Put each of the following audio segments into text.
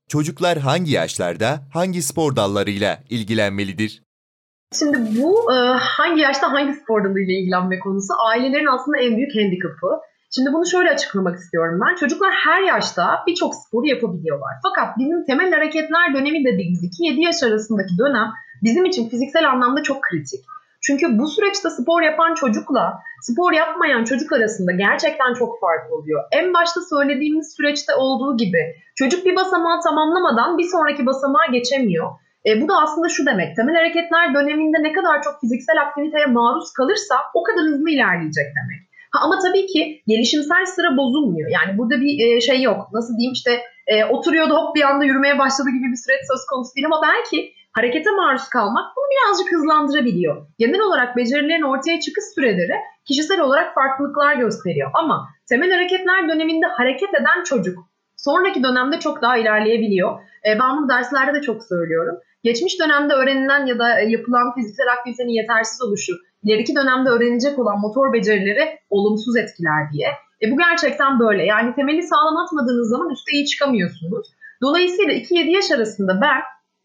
Çocuklar hangi yaşlarda hangi spor dallarıyla ilgilenmelidir? Şimdi bu hangi yaşta hangi spor dalıyla ilgilenme konusu ailelerin aslında en büyük handikapı. Şimdi bunu şöyle açıklamak istiyorum ben. Çocuklar her yaşta birçok sporu yapabiliyorlar. Fakat bizim temel hareketler dönemi dediğimiz 2-7 yaş arasındaki dönem bizim için fiziksel anlamda çok kritik. Çünkü bu süreçte spor yapan çocukla spor yapmayan çocuk arasında gerçekten çok fark oluyor. En başta söylediğimiz süreçte olduğu gibi çocuk bir basamağı tamamlamadan bir sonraki basamağa geçemiyor. Bu da aslında şu demek, temel hareketler döneminde ne kadar çok fiziksel aktiviteye maruz kalırsa o kadar hızlı ilerleyecek demek. Ama tabii ki gelişimsel sıra bozulmuyor. Yani burada bir şey yok. Nasıl diyeyim işte oturuyordu hop bir anda yürümeye başladı gibi bir süreç söz konusu değil ama belki harekete maruz kalmak bunu birazcık hızlandırabiliyor. Genel olarak becerilerin ortaya çıkış süreleri kişisel olarak farklılıklar gösteriyor. Ama temel hareketler döneminde hareket eden çocuk sonraki dönemde çok daha ilerleyebiliyor. Ben bunu derslerde de çok söylüyorum. Geçmiş dönemde öğrenilen ya da yapılan fiziksel aktivitenin yetersiz oluşu, ileriki dönemde öğrenilecek olan motor becerileri olumsuz etkiler diye. Bu gerçekten böyle. Yani temeli sağlam atmadığınız zaman üste iyi çıkamıyorsunuz. Dolayısıyla 2-7 yaş arasında ben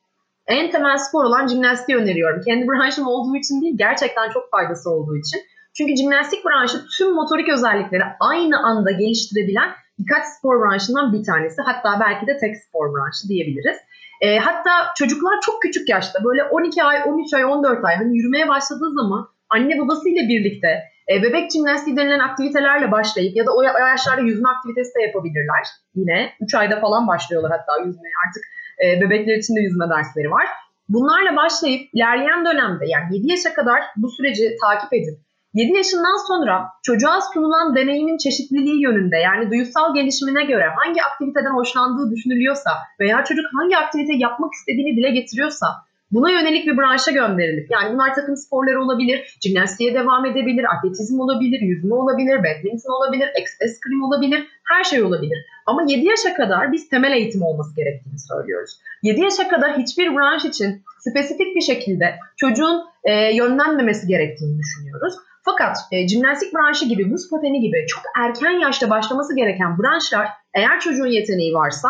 en temel spor olan jimnastiği öneriyorum. Kendi branşım olduğu için değil, gerçekten çok faydası olduğu için. Çünkü jimnastik branşı tüm motorik özellikleri aynı anda geliştirebilen birkaç spor branşından bir tanesi. Hatta belki de tek spor branşı diyebiliriz. Hatta çocuklar çok küçük yaşta böyle 12 ay, 13 ay, 14 ay hani yürümeye başladığı zaman anne babasıyla birlikte bebek jimnastiği denilen aktivitelerle başlayıp ya da o yaşlarda yüzme aktivitesi de yapabilirler. Yine 3 ayda falan başlıyorlar hatta yüzmeye artık bebekler için de yüzme dersleri var. Bunlarla başlayıp ilerleyen dönemde yani 7 yaşa kadar bu süreci takip edin. 7 yaşından sonra çocuğa sunulan deneyimin çeşitliliği yönünde yani duyusal gelişimine göre hangi aktiviteden hoşlandığı düşünülüyorsa veya çocuk hangi aktivite yapmak istediğini dile getiriyorsa buna yönelik bir branşa gönderilip yani bunlar takım sporları olabilir, jimnastiğe devam edebilir, atletizm olabilir, yüzme olabilir, badminton olabilir, eskrim olabilir, her şey olabilir. Ama 7 yaşa kadar biz temel eğitim olması gerektiğini söylüyoruz. 7 yaşa kadar hiçbir branş için spesifik bir şekilde çocuğun yönlenmemesi gerektiğini düşünüyoruz. Fakat jimnastik branşı gibi, buz pateni gibi çok erken yaşta başlaması gereken branşlar eğer çocuğun yeteneği varsa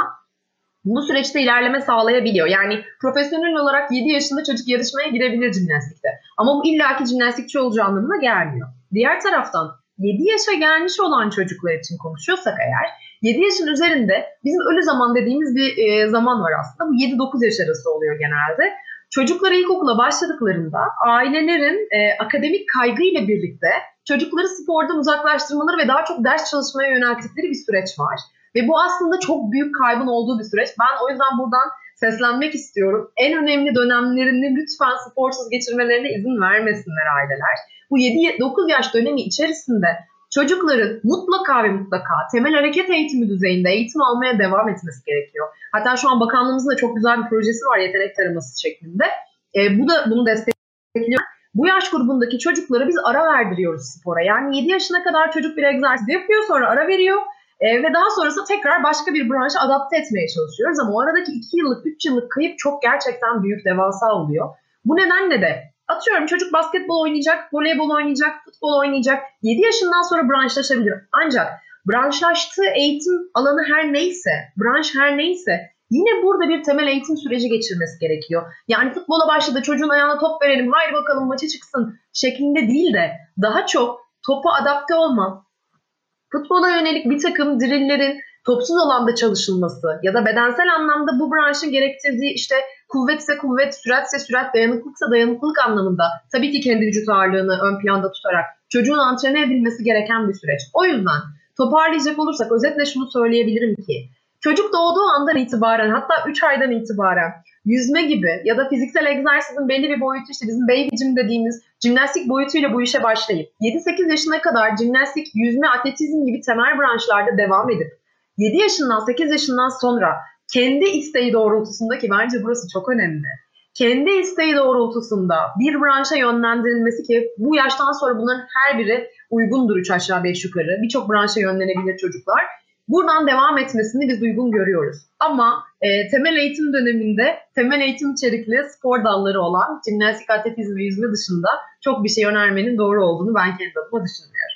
bu süreçte ilerleme sağlayabiliyor. Yani profesyonel olarak 7 yaşında çocuk yarışmaya girebilir jimnastikte. Ama bu illaki jimnastikçi olacağı anlamına gelmiyor. Diğer taraftan 7 yaşa gelmiş olan çocuklar için konuşuyorsak eğer 7 yaşın üzerinde bizim ölü zaman dediğimiz bir zaman var aslında. Bu 7-9 yaş arası oluyor genelde. Çocuklar ilkokula başladıklarında ailelerin akademik kaygıyla birlikte çocukları spordan uzaklaştırmaları ve daha çok ders çalışmaya yönelttikleri bir süreç var. Ve bu aslında çok büyük kaybın olduğu bir süreç. Ben o yüzden buradan seslenmek istiyorum. En önemli dönemlerini lütfen sporsuz geçirmelerine izin vermesinler aileler. Bu 7-9 yaş dönemi içerisinde çocukların mutlaka ve mutlaka temel hareket eğitimi düzeyinde eğitim almaya devam etmesi gerekiyor. Hatta şu an bakanlığımızın da çok güzel bir projesi var yetenek taraması şeklinde. Bu da bunu destekliyor. Bu yaş grubundaki çocuklara biz ara verdiriyoruz spora. Yani 7 yaşına kadar çocuk bir egzersiz yapıyor sonra ara veriyor. Ve daha sonrasında tekrar başka bir branşa adapte etmeye çalışıyoruz. Ama o aradaki 2 yıllık, 3 yıllık kayıp çok gerçekten büyük, devasa oluyor. Bu nedenle de atıyorum çocuk basketbol oynayacak, voleybol oynayacak, futbol oynayacak. 7 yaşından sonra branşlaşabilir. Ancak branşlaştığı eğitim alanı her neyse, branş her neyse yine burada bir temel eğitim süreci geçirmesi gerekiyor. Yani futbola başladı, çocuğun ayağına top verelim, haydi bakalım maça çıksın şeklinde değil de daha çok topa adapte olma, futbola yönelik bir takım drillerin topsuz alanda çalışılması ya da bedensel anlamda bu branşın gerektirdiği işte kuvvetse kuvvet, süratse sürat, dayanıklıksa dayanıklılık anlamında tabii ki kendi vücut ağırlığını ön planda tutarak çocuğun antrene edilmesi gereken bir süreç. O yüzden toparlayacak olursak özetle şunu söyleyebilirim ki çocuk doğduğu andan itibaren hatta 3 aydan itibaren yüzme gibi ya da fiziksel egzersizin belli bir boyutu işte bizim baby gym dediğimiz jimnastik boyutuyla bu işe başlayıp 7-8 yaşına kadar jimnastik, yüzme, atletizm gibi temel branşlarda devam edip 7 yaşından 8 yaşından sonra kendi isteği doğrultusunda ki bence burası çok önemli. Kendi isteği doğrultusunda bir branşa yönlendirilmesi ki bu yaştan sonra bunların her biri uygundur 3 aşağı 5 yukarı. Birçok branşa yönlenebilir çocuklar. Buradan devam etmesini biz uygun görüyoruz. Ama temel eğitim döneminde temel eğitim içerikli spor dalları olan jimnastik, atletizm ve yüzme dışında çok bir şey önermenin doğru olduğunu ben kendi adıma düşünmüyorum.